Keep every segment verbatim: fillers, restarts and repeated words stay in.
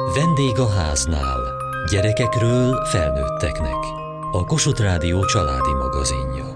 Vendég a háznál. Gyerekekről felnőtteknek. A Kossuth Rádió családi magazinja.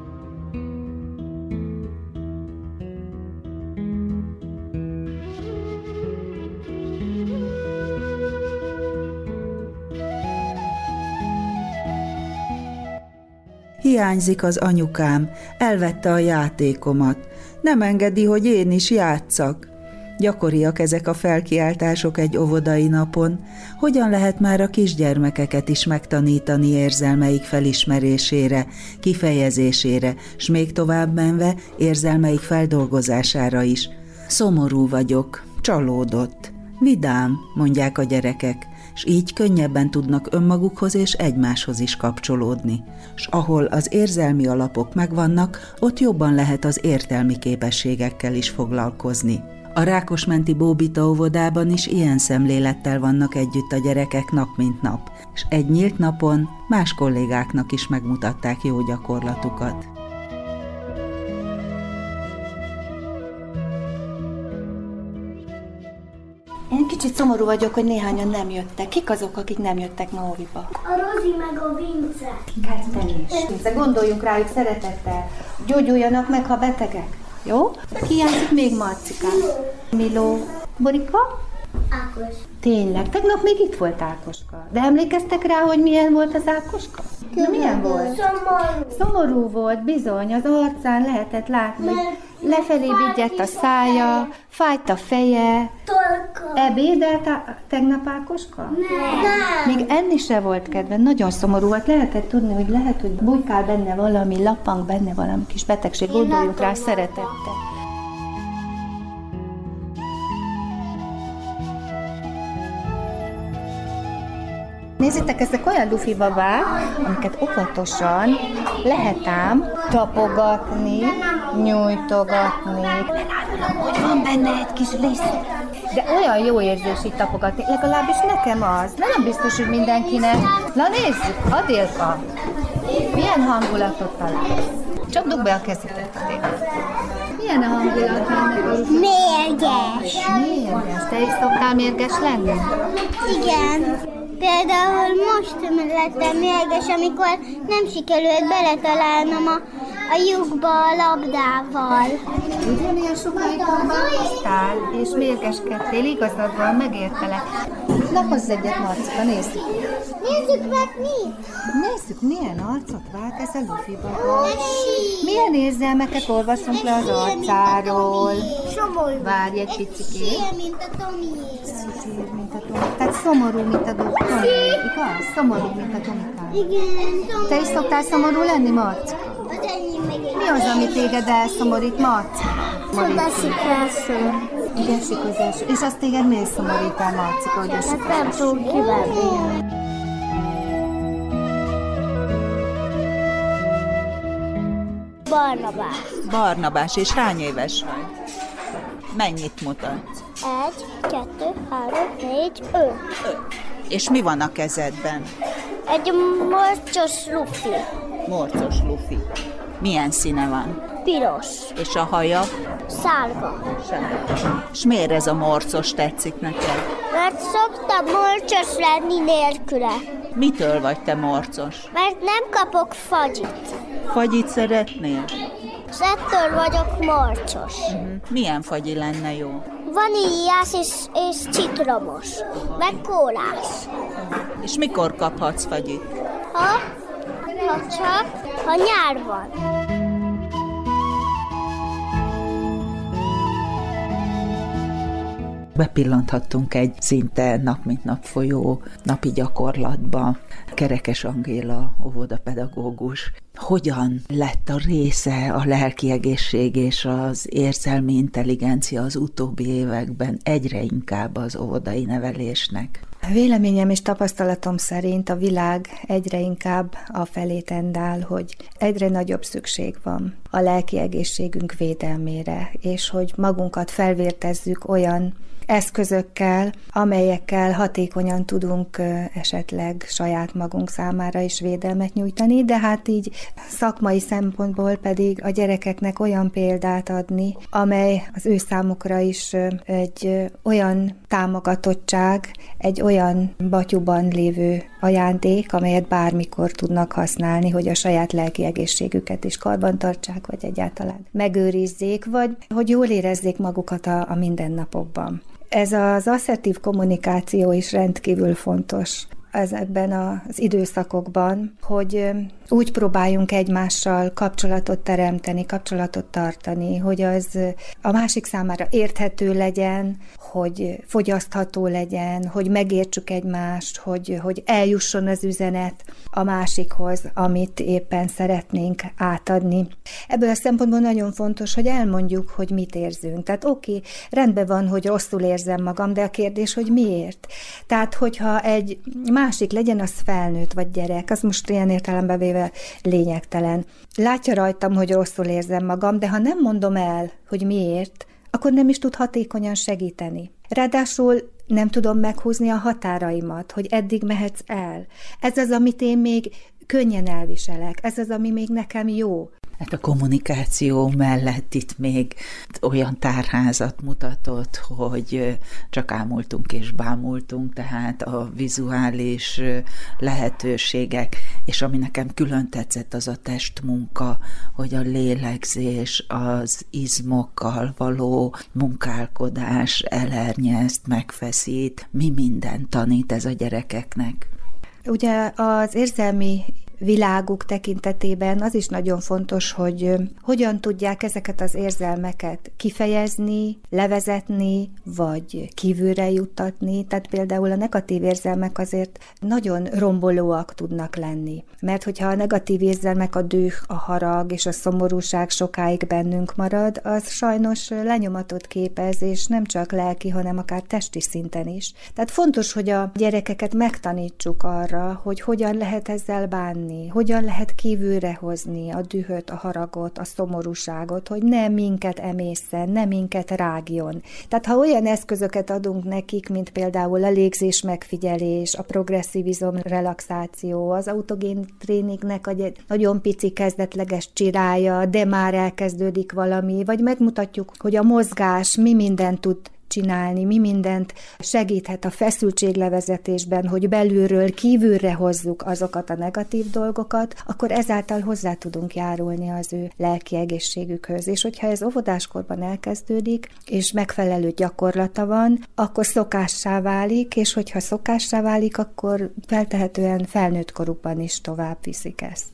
Hiányzik az anyukám, elvette a játékomat. Nem engedi, hogy én is játsszak. Gyakoriak ezek a felkiáltások egy óvodai napon. Hogyan lehet már a kisgyermekeket is megtanítani érzelmeik felismerésére, kifejezésére, s még tovább menve érzelmeik feldolgozására is? Szomorú vagyok, csalódott. Vidám, mondják a gyerekek, s így könnyebben tudnak önmagukhoz és egymáshoz is kapcsolódni. S ahol az érzelmi alapok megvannak, ott jobban lehet az értelmi képességekkel is foglalkozni. A Rákosmenti Bóbita óvodában is ilyen szemlélettel vannak együtt a gyerekek nap mint nap, és egy nyílt napon más kollégáknak is megmutatták jó gyakorlatukat. Én kicsit szomorú vagyok, hogy néhányan nem jöttek. Kik azok, akik nem jöttek ma óviba? A Rozi meg a Vince. Ketten is. Vince, gondoljunk rájuk szeretettel. Gyógyuljanak meg, ha betegek. Jó? Hiányzik még Marcikám. Miló. Borika? Ákos. Tényleg, tegnap még itt volt Ákoska. De emlékeztek rá, hogy milyen volt az Ákoska? Na, milyen volt? Szomorú. Szomorú volt, bizony, az arcán lehetett látni. Lefelé vigyett a szája, fájt a feje. Torka. Ebédelt tegnap Ákoska? Nem. Még enni se volt kedve, nagyon szomorú volt. Lehetett tudni, hogy lehet, hogy bujkál benne valami, lappang benne valami kis betegség. Gondoljuk rá szeretettel. Nézzétek, ezek olyan lufi babák, amiket óvatosan lehet ám tapogatni, nyújtogatni. Elárulom, hogy van benne egy kis liszt. De olyan jó érzés így tapogatni, legalábbis nekem az. Nem biztos, hogy mindenkinek. Na nézzük, Adélka, milyen hangulatot találsz? Csak dugd be a kezedet, Adélka. Milyen a hangulat ennek a lufi? Mérges. Mérges. Te is szoktál mérges lenni? Igen. Például most lettem mérges, amikor nem sikerült beletalálnom a, a lyukba a labdával. Ugye milyen sokáig próbálkoztál, és mérgeskedtél, igazad van, megértelek. Na, hozz egyet, Marcika, nézzük. Nézzük meg mit? Nézzük, milyen arcot vág ez a lufi baba. Milyen érzelmeket olvasunk le az arcáról. Szomorú. Várj egy picikét. Szél, mint a Tomié. Szél, mint a Tomi. Tehát szomorú, mint a Tomi. Igaz? Szomorú, mint a Tomikám. Igen, szomorú. Te is szoktál szomorú lenni, Marci? Az enyém meg egy. Mi az, ami téged elszomorít, Marci? Szobaszikrászó. Igen, sikozás. És azt téged miért szomorít el, Marcika, hogy a Hát nem tudom kivenni. Barnabás. Barnabás, és hány éves vagy? Mennyit mutatsz? Egy, kettő, három, négy, öt. És mi van a kezedben? Egy morcos lufi. Morcos lufi. Milyen színe van? Piros. És a haja? Szárga. És miért ez a morcos tetszik neked? Mert szoktam morcos lenni nélküle. Mitől vagy te morcos? Mert nem kapok fagyit. Fagyit szeretnél? És ettől vagyok morcos. Uh-huh. Milyen fagyi lenne jó? Vaníliás és, és citromos. Meg kólás. És mikor kaphatsz fagyit? Ha, ha csak, ha nyár van. Bepillanthattunk egy szinte nap mint nap folyó napi gyakorlatba. Kerekes Angéla, óvodapedagógus, hogyan lett a része a lelki egészség és az érzelmi intelligencia az utóbbi években egyre inkább az óvodai nevelésnek? Véleményem és tapasztalatom szerint a világ egyre inkább afelé tendál, hogy egyre nagyobb szükség van a lelki egészségünk védelmére, és hogy magunkat felvértezzük olyan eszközökkel, amelyekkel hatékonyan tudunk esetleg saját magunk számára is védelmet nyújtani, de hát így szakmai szempontból pedig a gyerekeknek olyan példát adni, amely az ő számukra is egy olyan támogatottság egy olyan batyuban lévő ajándék, amelyet bármikor tudnak használni, hogy a saját lelki egészségüket is karbantartsák, vagy egyáltalán megőrizzék, vagy hogy jól érezzék magukat a, a mindennapokban. Ez az asszertív kommunikáció is rendkívül fontos ezekben az időszakokban, hogy úgy próbáljunk egymással kapcsolatot teremteni, kapcsolatot tartani, hogy az a másik számára érthető legyen, hogy fogyasztható legyen, hogy megértsük egymást, hogy, hogy eljusson az üzenet a másikhoz, amit éppen szeretnénk átadni. Ebből a szempontból nagyon fontos, hogy elmondjuk, hogy mit érzünk. Tehát oké, okay, rendben van, hogy rosszul érzem magam, de a kérdés, hogy miért? Tehát, hogyha egy másik, legyen az felnőtt vagy gyerek, az most ilyen értelemben véve lényegtelen. Látja rajtam, hogy rosszul érzem magam, de ha nem mondom el, hogy miért, akkor nem is tud hatékonyan segíteni. Ráadásul nem tudom meghúzni a határaimat, hogy eddig mehetsz el. Ez az, amit én még könnyen elviselek, ez az, ami még nekem jó. Hát a kommunikáció mellett itt még olyan tárházat mutatott, hogy csak ámultunk és bámultunk, tehát a vizuális lehetőségek, és ami nekem külön tetszett, az a testmunka, hogy a lélegzés, az izmokkal való munkálkodás elernyeszt, megfeszít, mi mindent tanít ez a gyerekeknek. Ugye az érzelmi világuk tekintetében az is nagyon fontos, hogy hogyan tudják ezeket az érzelmeket kifejezni, levezetni, vagy kívülre juttatni. Tehát például a negatív érzelmek azért nagyon rombolóak tudnak lenni. Mert hogyha a negatív érzelmek, a düh, a harag és a szomorúság sokáig bennünk marad, az sajnos lenyomatot képez, és nem csak lelki, hanem akár testi szinten is. Tehát fontos, hogy a gyerekeket megtanítsuk arra, hogy hogyan lehet ezzel bánni, hogyan lehet kívülre hozni a dühöt, a haragot, a szomorúságot, hogy ne minket emészen, ne minket rágjon. Tehát ha olyan eszközöket adunk nekik, mint például a légzés megfigyelés, a progresszív izomrelaxáció, az autogén tréningnek egy nagyon pici kezdetleges csirája, de már elkezdődik valami, vagy megmutatjuk, hogy a mozgás mi mindent tud csinálni, mi mindent segíthet a feszültséglevezetésben, hogy belülről kívülre hozzuk azokat a negatív dolgokat, akkor ezáltal hozzá tudunk járulni az ő lelki egészségükhöz. És hogyha ez óvodáskorban elkezdődik, és megfelelő gyakorlata van, akkor szokássá válik, és hogyha szokássá válik, akkor feltehetően felnőtt korukban is tovább viszik ezt.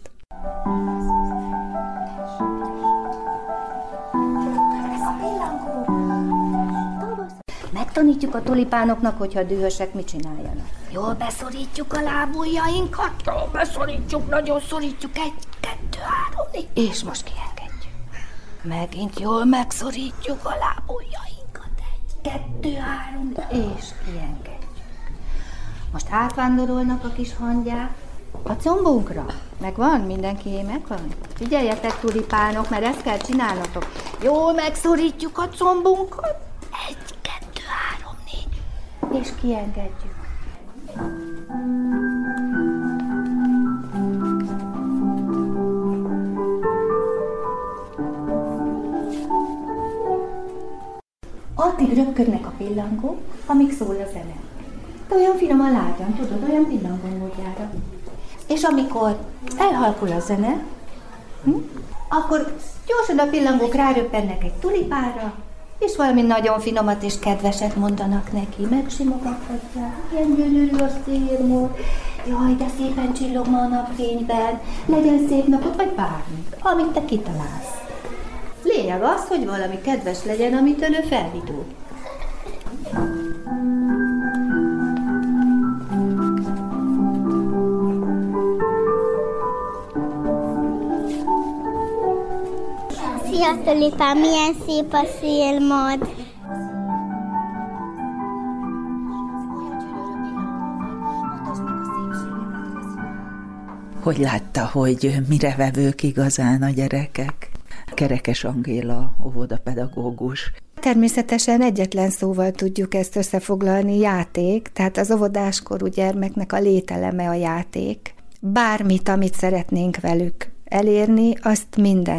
Megtanítjuk a tulipánoknak, hogyha dühösek, mit csináljanak. Jól beszorítjuk a lábujjainkat, jól beszorítjuk, nagyon szorítjuk, egy, kettő, három, négy, és most kiengedjük. Megint jól megszorítjuk a lábujjainkat, egy, kettő, három, és kiengedjük. Most átvándorolnak a kis hangyák a combunkra. Megvan? Mindenki megvan? Figyeljetek, tulipánok, mert ezt kell csinálnotok. Jól megszorítjuk a combunkat, egy, kettő, három, négy, és kiengedjük. Addig röpködnek a pillangók, amíg szól a zene. De olyan finoman lágyan, tudod, olyan pillangó módjára. És amikor elhalkul a zene, hm, akkor gyorsan a pillangók ráröppennek egy tulipára, és valami nagyon finomat és kedveset mondanak neki, megsimogathatják, ilyen gyönyörű a szélmód, jaj, de szépen csillog ma a napfényben, legyen szép napot, vagy bármi, amit te kitalálsz. Lényeg az, hogy valami kedves legyen, amitől ő felvidul. Szia, tulipán, milyen szép a szélmad! Hogy látta, hogy mire vevők igazán a gyerekek? Kerekes Angéla, óvodapedagógus. Természetesen egyetlen szóval tudjuk ezt összefoglalni, játék, tehát az óvodáskorú gyermeknek a lételeme a játék. Bármit, amit szeretnénk velük elérni, azt mindent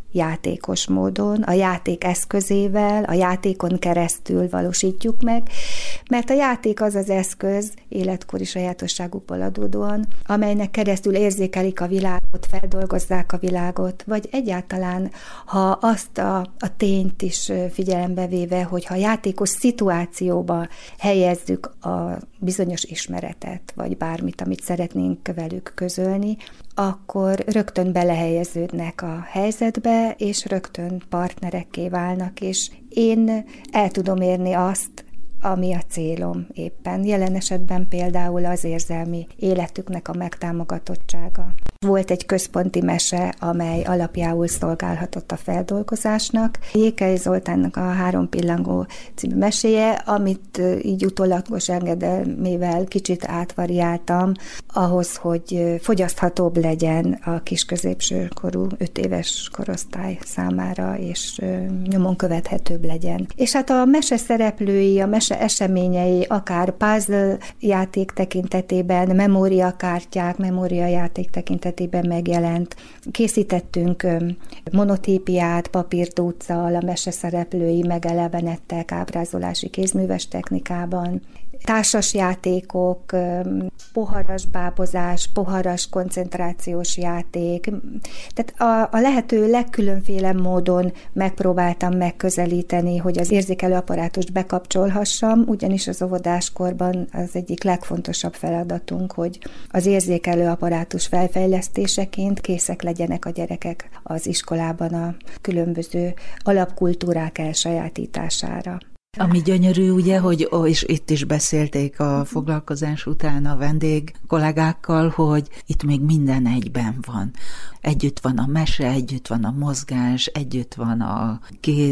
játékos módon, a játék eszközével, a játékon keresztül valósítjuk meg, mert a játék az az eszköz, életkori sajátosságukból adódóan, amelynek keresztül érzékelik a világot, feldolgozzák a világot, vagy egyáltalán, ha azt a, a tényt is figyelembe véve, hogyha a játékos szituációba helyezzük a bizonyos ismeretet, vagy bármit, amit szeretnénk velük közölni, akkor rögtön belehelyeződnek a helyzetbe, és rögtön partnerekké válnak, és én el tudom érni azt, ami a célom éppen. Jelen esetben például az érzelmi életüknek a megtámogatottsága. Volt egy központi mese, amely alapjául szolgálhatott a feldolgozásnak. Jékely Zoltánnak a Három pillangó című meséje, amit így utólagos engedelmével kicsit átvariáltam, ahhoz, hogy fogyaszthatóbb legyen a kis-középső korú öt éves korosztály számára, és nyomon követhetőbb legyen. És hát a mese szereplői, a mese eseményei, akár puzzle játék tekintetében, memóriakártyák, memóriajáték tekintetében megjelent. Készítettünk monotípiát papírdúccal, a mese szereplői megelevenedtek ábrázolási kézműves technikában. Társas játékok, poharas bábozás, poharas koncentrációs játék. Tehát a, a lehető legkülönféle módon megpróbáltam megközelíteni, hogy az érzékelő apparátust bekapcsolhassam, ugyanis az óvodáskorban az egyik legfontosabb feladatunk, hogy az érzékelő apparátus felfejlesztéseként készek legyenek a gyerekek az iskolában a különböző alapkultúrák elsajátítására. Ami gyönyörű, ugye, hogy ó, és itt is beszélték a foglalkozás után a vendég kollégákkal, hogy itt még minden egyben van. Együtt van a mese, együtt van a mozgás, együtt van a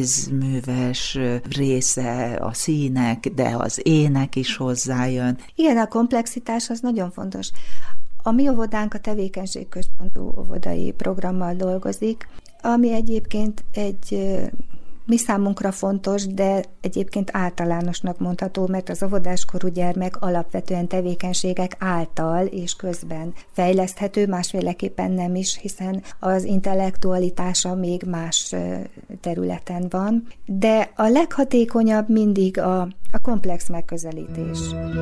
kézműves része, a színek, de az ének is hozzájön. Igen, a komplexitás az nagyon fontos. A mi óvodánk a tevékenységközpontú óvodai programmal dolgozik, ami egyébként egy mi számunkra fontos, de egyébként általánosnak mondható, mert az óvodáskorú gyermek alapvetően tevékenységek által és közben fejleszthető, másféleképpen nem is, hiszen az intellektualitása még más területen van. De a leghatékonyabb mindig a, a komplex megközelítés.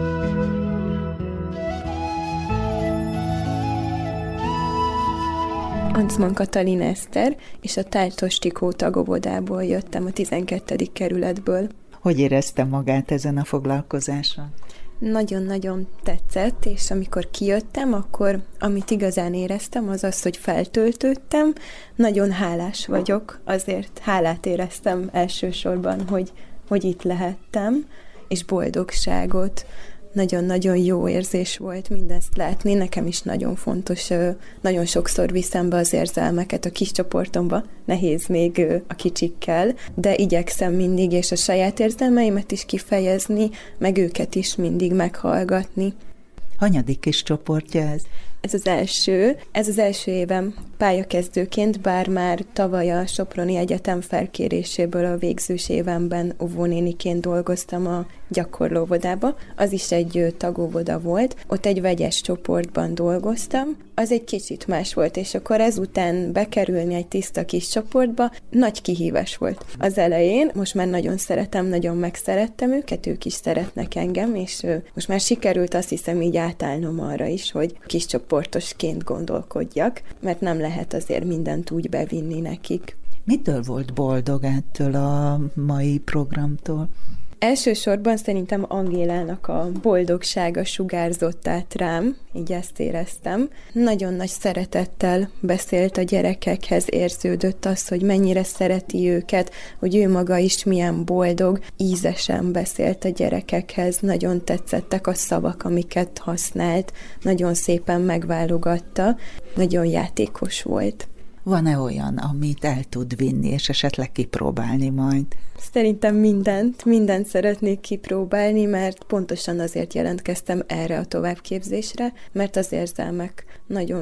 Ancman Katalin Eszter, és a Tártos Tikó tagóvodából jöttem, a tizenkettedik kerületből. Hogy érezte magát ezen a foglalkozáson? Nagyon-nagyon tetszett, és amikor kijöttem, akkor amit igazán éreztem, az az, hogy feltöltődtem. Nagyon hálás vagyok, azért hálát éreztem elsősorban, hogy, hogy itt lehettem, és boldogságot. Nagyon-nagyon jó érzés volt mindezt látni. Nekem is nagyon fontos, nagyon sokszor viszem be az érzelmeket a kis csoportomba, nehéz még a kicsikkel, de igyekszem mindig, és a saját érzelmeimet is kifejezni, meg őket is mindig meghallgatni. Hanyadik kis csoportja ez? Ez az első. Ez az első évem pályakezdőként, bár már tavaly a Soproni Egyetem felkéréséből a végzős évemben óvónéniként dolgoztam a gyakorlóvodába. Az is egy tagóvoda volt. Ott egy vegyes csoportban dolgoztam. Az egy kicsit más volt, és akkor ezután bekerülni egy tiszta kis csoportba nagy kihívás volt. Az elején most már nagyon szeretem, nagyon megszerettem őket, ők is szeretnek engem, és most már sikerült azt hiszem így átállnom arra is, hogy kis csoportosként gondolkodjak, mert nem lehet azért mindent úgy bevinni nekik. Mitől volt boldog ettől a mai programtól? Elsősorban szerintem Angélának a boldogsága sugárzott át rám, így ezt éreztem. Nagyon nagy szeretettel beszélt a gyerekekhez, érződött az, hogy mennyire szereti őket, hogy ő maga is milyen boldog, ízesen beszélt a gyerekekhez, nagyon tetszettek a szavak, amiket használt, nagyon szépen megválogatta, nagyon játékos volt. Van-e olyan, amit el tud vinni, és esetleg kipróbálni majd? Szerintem mindent, mindent szeretnék kipróbálni, mert pontosan azért jelentkeztem erre a továbbképzésre, mert az érzelmek nagyon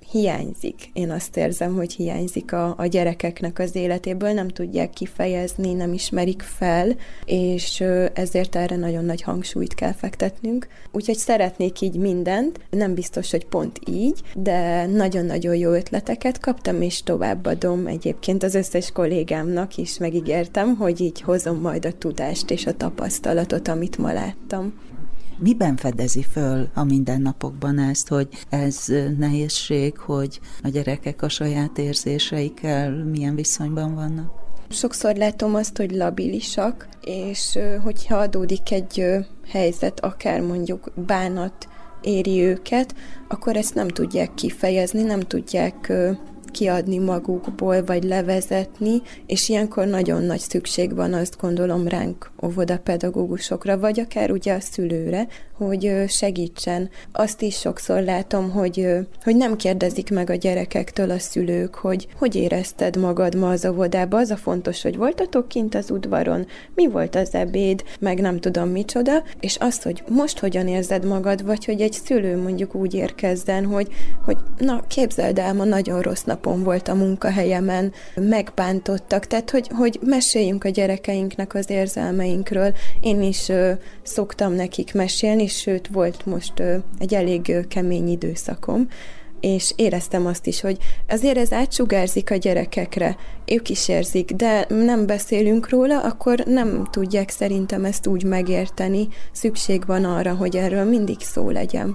hiányzik. Én azt érzem, hogy hiányzik a, a gyerekeknek az életéből, nem tudják kifejezni, nem ismerik fel, és ezért erre nagyon nagy hangsúlyt kell fektetnünk. Úgyhogy szeretnék így mindent, nem biztos, hogy pont így, de nagyon-nagyon jó ötleteket kaptam, és továbbadom egyébként az összes kollégámnak is, megígértem, hogy így hozom majd a tudást és a tapasztalatot, amit ma láttam. Miben fedezi föl a mindennapokban ezt, hogy ez nehézség, hogy a gyerekek a saját érzéseikkel milyen viszonyban vannak? Sokszor látom azt, hogy labilisak, és hogyha adódik egy helyzet, akár mondjuk bánat éri őket, akkor ezt nem tudják kifejezni, nem tudják kiadni magukból, vagy levezetni, és ilyenkor nagyon nagy szükség van, azt gondolom, ránk óvodapedagógusokra, vagy akár ugye a szülőre, hogy segítsen. Azt is sokszor látom, hogy, hogy nem kérdezik meg a gyerekektől a szülők, hogy hogy érezted magad ma az óvodába, az a fontos, hogy voltatok kint az udvaron, mi volt az ebéd, meg nem tudom micsoda, és azt, hogy most hogyan érzed magad, vagy hogy egy szülő mondjuk úgy érkezzen, hogy, hogy na, képzeld el, ma nagyon rossz napon volt a munkahelyemen, megbántottak, tehát hogy, hogy meséljünk a gyerekeinknek az érzelmeinkről. Én is ö, szoktam nekik mesélni, sőt, volt most ö, egy elég ö, kemény időszakom, és éreztem azt is, hogy azért ez átsugárzik a gyerekekre, ők is érzik, de nem beszélünk róla, akkor nem tudják szerintem ezt úgy megérteni. Szükség van arra, hogy erről mindig szó legyen.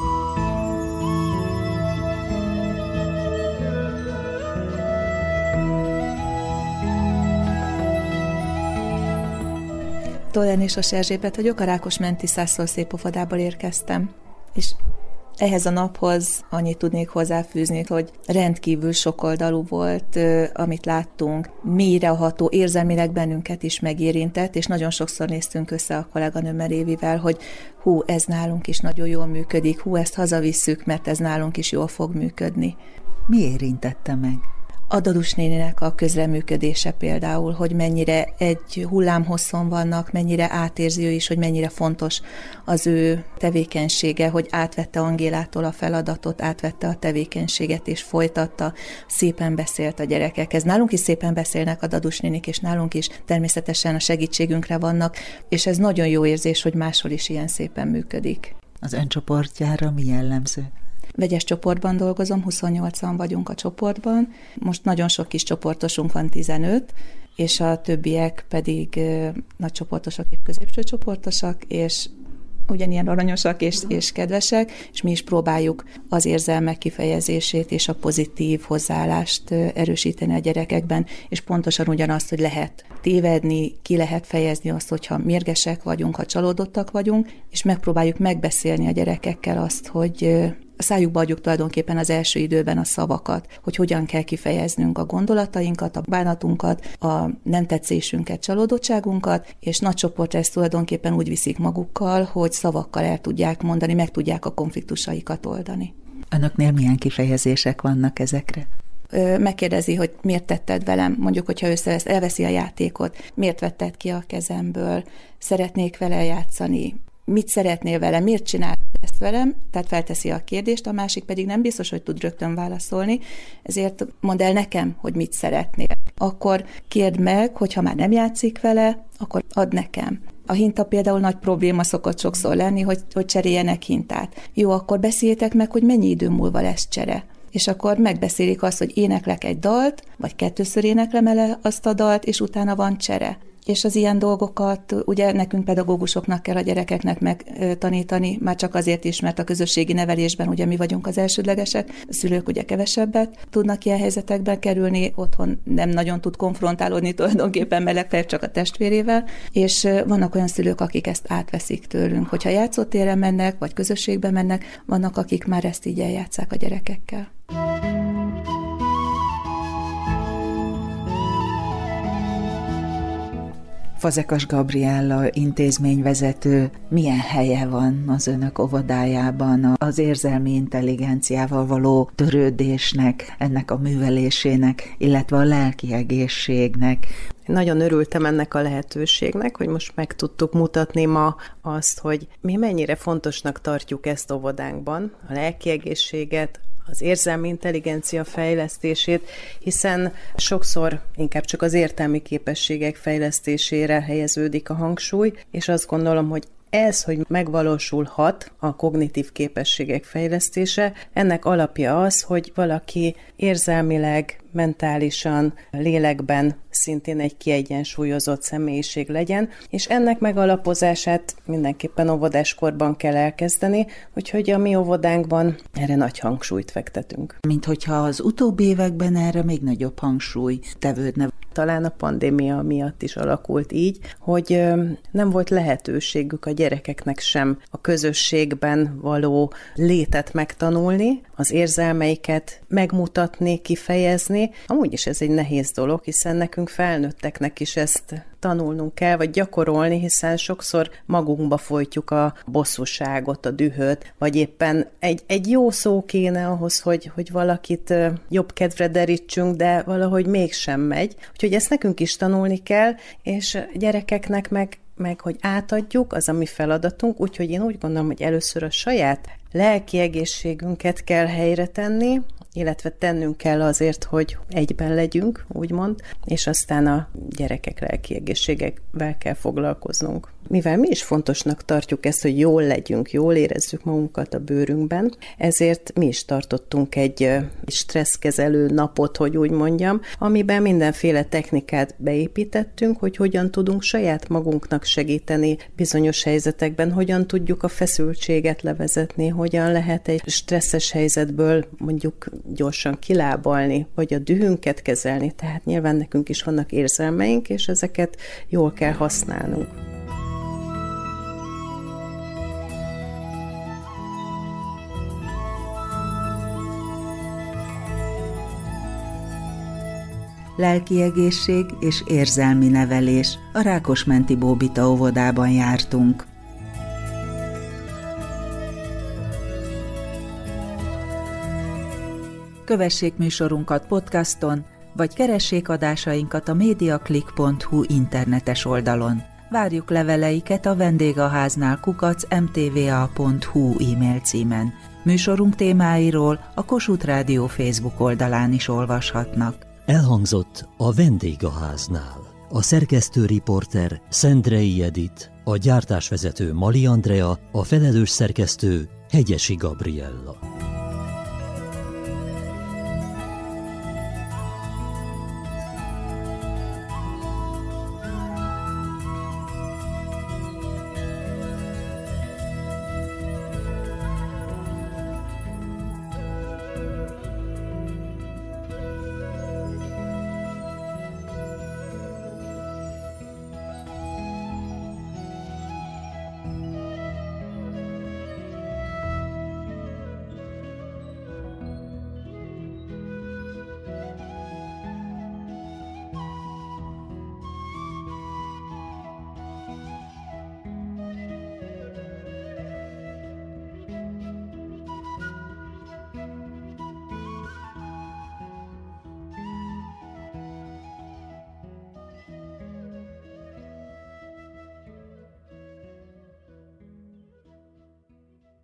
Dolán és a Erzsébet vagyok, a Rákosmenti Szászol szép óvodából érkeztem. És ehhez a naphoz annyit tudnék hozzáfűzni, hogy rendkívül sokoldalú volt, amit láttunk, mélyreható, érzelmileg bennünket is megérintett, és nagyon sokszor néztünk össze a kolléganőmmel Évivel, hogy hú, ez nálunk is nagyon jól működik, hú, ezt hazavisszük, mert ez nálunk is jól fog működni. Mi érintette meg? A Dadus néninek a közreműködése például, hogy mennyire egy hullámhosszon vannak, mennyire átérzi ő is, hogy mennyire fontos az ő tevékenysége, hogy átvette Angélától a feladatot, átvette a tevékenységet és folytatta, szépen beszélt a gyerekekhez. Nálunk is szépen beszélnek a Dadus nénik, és nálunk is természetesen a segítségünkre vannak, és ez nagyon jó érzés, hogy máshol is ilyen szépen működik. Az ön csoportjára mi jellemző? Vegyes csoportban dolgozom, huszonnyolcan vagyunk a csoportban. Most nagyon sok kis csoportosunk van, tizenöt, és a többiek pedig nagy csoportosak és középső csoportosak, és ugyanilyen aranyosak és, és kedvesek, és mi is próbáljuk az érzelmek kifejezését és a pozitív hozzáállást erősíteni a gyerekekben, és pontosan ugyanazt, hogy lehet tévedni, ki lehet fejezni azt, hogyha mérgesek vagyunk, ha csalódottak vagyunk, és megpróbáljuk megbeszélni a gyerekekkel azt, hogy a szájukba adjuk tulajdonképpen az első időben a szavakat, hogy hogyan kell kifejeznünk a gondolatainkat, a bánatunkat, a nem tetszésünket, csalódottságunkat, és nagy csoport ezt tulajdonképpen úgy viszik magukkal, hogy szavakkal el tudják mondani, meg tudják a konfliktusaikat oldani. Önöknél milyen kifejezések vannak ezekre? Megkérdezi, hogy miért tetted velem, mondjuk, hogyha összevesz, elveszi a játékot, miért vetted ki a kezemből, szeretnék vele játszani, mit szeretnél vele, miért csinálod ezt velem, tehát felteszi a kérdést, a másik pedig nem biztos, hogy tud rögtön válaszolni, ezért mondd el nekem, hogy mit szeretnél. Akkor kérd meg, hogy ha már nem játszik vele, akkor add nekem. A hinta például nagy probléma szokott sokszor lenni, hogy, hogy cseréljenek hintát. Jó, akkor beszéljétek meg, hogy mennyi idő múlva lesz csere. És akkor megbeszélik azt, hogy éneklek egy dalt, vagy kettőször éneklem el azt a dalt, és utána van csere. És az ilyen dolgokat ugye nekünk pedagógusoknak kell a gyerekeknek megtanítani, már csak azért is, mert a közösségi nevelésben ugye mi vagyunk az elsődlegesek, a szülők ugye kevesebbet tudnak ilyen helyzetekben kerülni, otthon nem nagyon tud konfrontálódni tulajdonképpen, mert legfeljebb csak a testvérével, és vannak olyan szülők, akik ezt átveszik tőlünk, hogyha játszótéren mennek, vagy közösségbe mennek, vannak, akik már ezt így eljátsszák a gyerekekkel. Fazekas Gabriella intézményvezető, milyen helye van az önök óvodájában az érzelmi intelligenciával való törődésnek, ennek a művelésének, illetve a lelki egészségnek? Nagyon örültem ennek a lehetőségnek, hogy most meg tudtuk mutatni ma azt, hogy mi mennyire fontosnak tartjuk ezt óvodánkban, a lelki egészséget, az érzelmi intelligencia fejlesztését, hiszen sokszor inkább csak az értelmi képességek fejlesztésére helyeződik a hangsúly, és azt gondolom, hogy ez, hogy megvalósulhat a kognitív képességek fejlesztése, ennek alapja az, hogy valaki érzelmileg, mentálisan, lélekben szintén egy kiegyensúlyozott személyiség legyen, és ennek megalapozását mindenképpen óvodáskorban kell elkezdeni, úgyhogy a mi óvodánkban erre nagy hangsúlyt fektetünk. Mint hogyha az utóbbi években erre még nagyobb hangsúly tevődne. Talán a pandémia miatt is alakult így, hogy nem volt lehetőségük a gyerekeknek sem a közösségben való létet megtanulni, az érzelmeiket megmutatni, kifejezni. Amúgy is ez egy nehéz dolog, hiszen nekünk felnőtteknek is ezt tanulnunk kell, vagy gyakorolni, hiszen sokszor magunkba folytjuk a bosszúságot, a dühöt, vagy éppen egy, egy jó szó kéne ahhoz, hogy, hogy valakit jobb kedvre derítsünk, de valahogy mégsem megy. Úgyhogy ezt nekünk is tanulni kell, és gyerekeknek meg, meg hogy átadjuk, az a mi feladatunk, úgyhogy én úgy gondolom, hogy először a saját lelki egészségünket kell helyre tenni, illetve tennünk kell azért, hogy egyben legyünk, úgymond, és aztán a gyerekek lelki egészségekvel kell foglalkoznunk. Mivel mi is fontosnak tartjuk ezt, hogy jól legyünk, jól érezzük magunkat a bőrünkben, ezért mi is tartottunk egy stresszkezelő napot, hogy úgy mondjam, amiben mindenféle technikát beépítettünk, hogy hogyan tudunk saját magunknak segíteni bizonyos helyzetekben, hogyan tudjuk a feszültséget levezetni, hogyan lehet egy stresszes helyzetből mondjuk gyorsan kilábalni, vagy a dühünket kezelni, tehát nyilván nekünk is vannak érzelmeink, és ezeket jól kell használnunk. Lelki egészség és érzelmi nevelés. A Rákosmenti Bóbita óvodában jártunk. Kövessék műsorunkat podcaston, vagy keressék adásainkat a mediaclick pont hu internetes oldalon. Várjuk leveleiket a vendégháznál kukac em té vé á pont hu e-mail címen. Műsorunk témáiról a Kossuth Rádió Facebook oldalán is olvashatnak. Elhangzott a Vendégháznál. A szerkesztő riporter Szendrei Edit, a gyártásvezető Mali Andrea, a felelős szerkesztő Hegyesi Gabriella.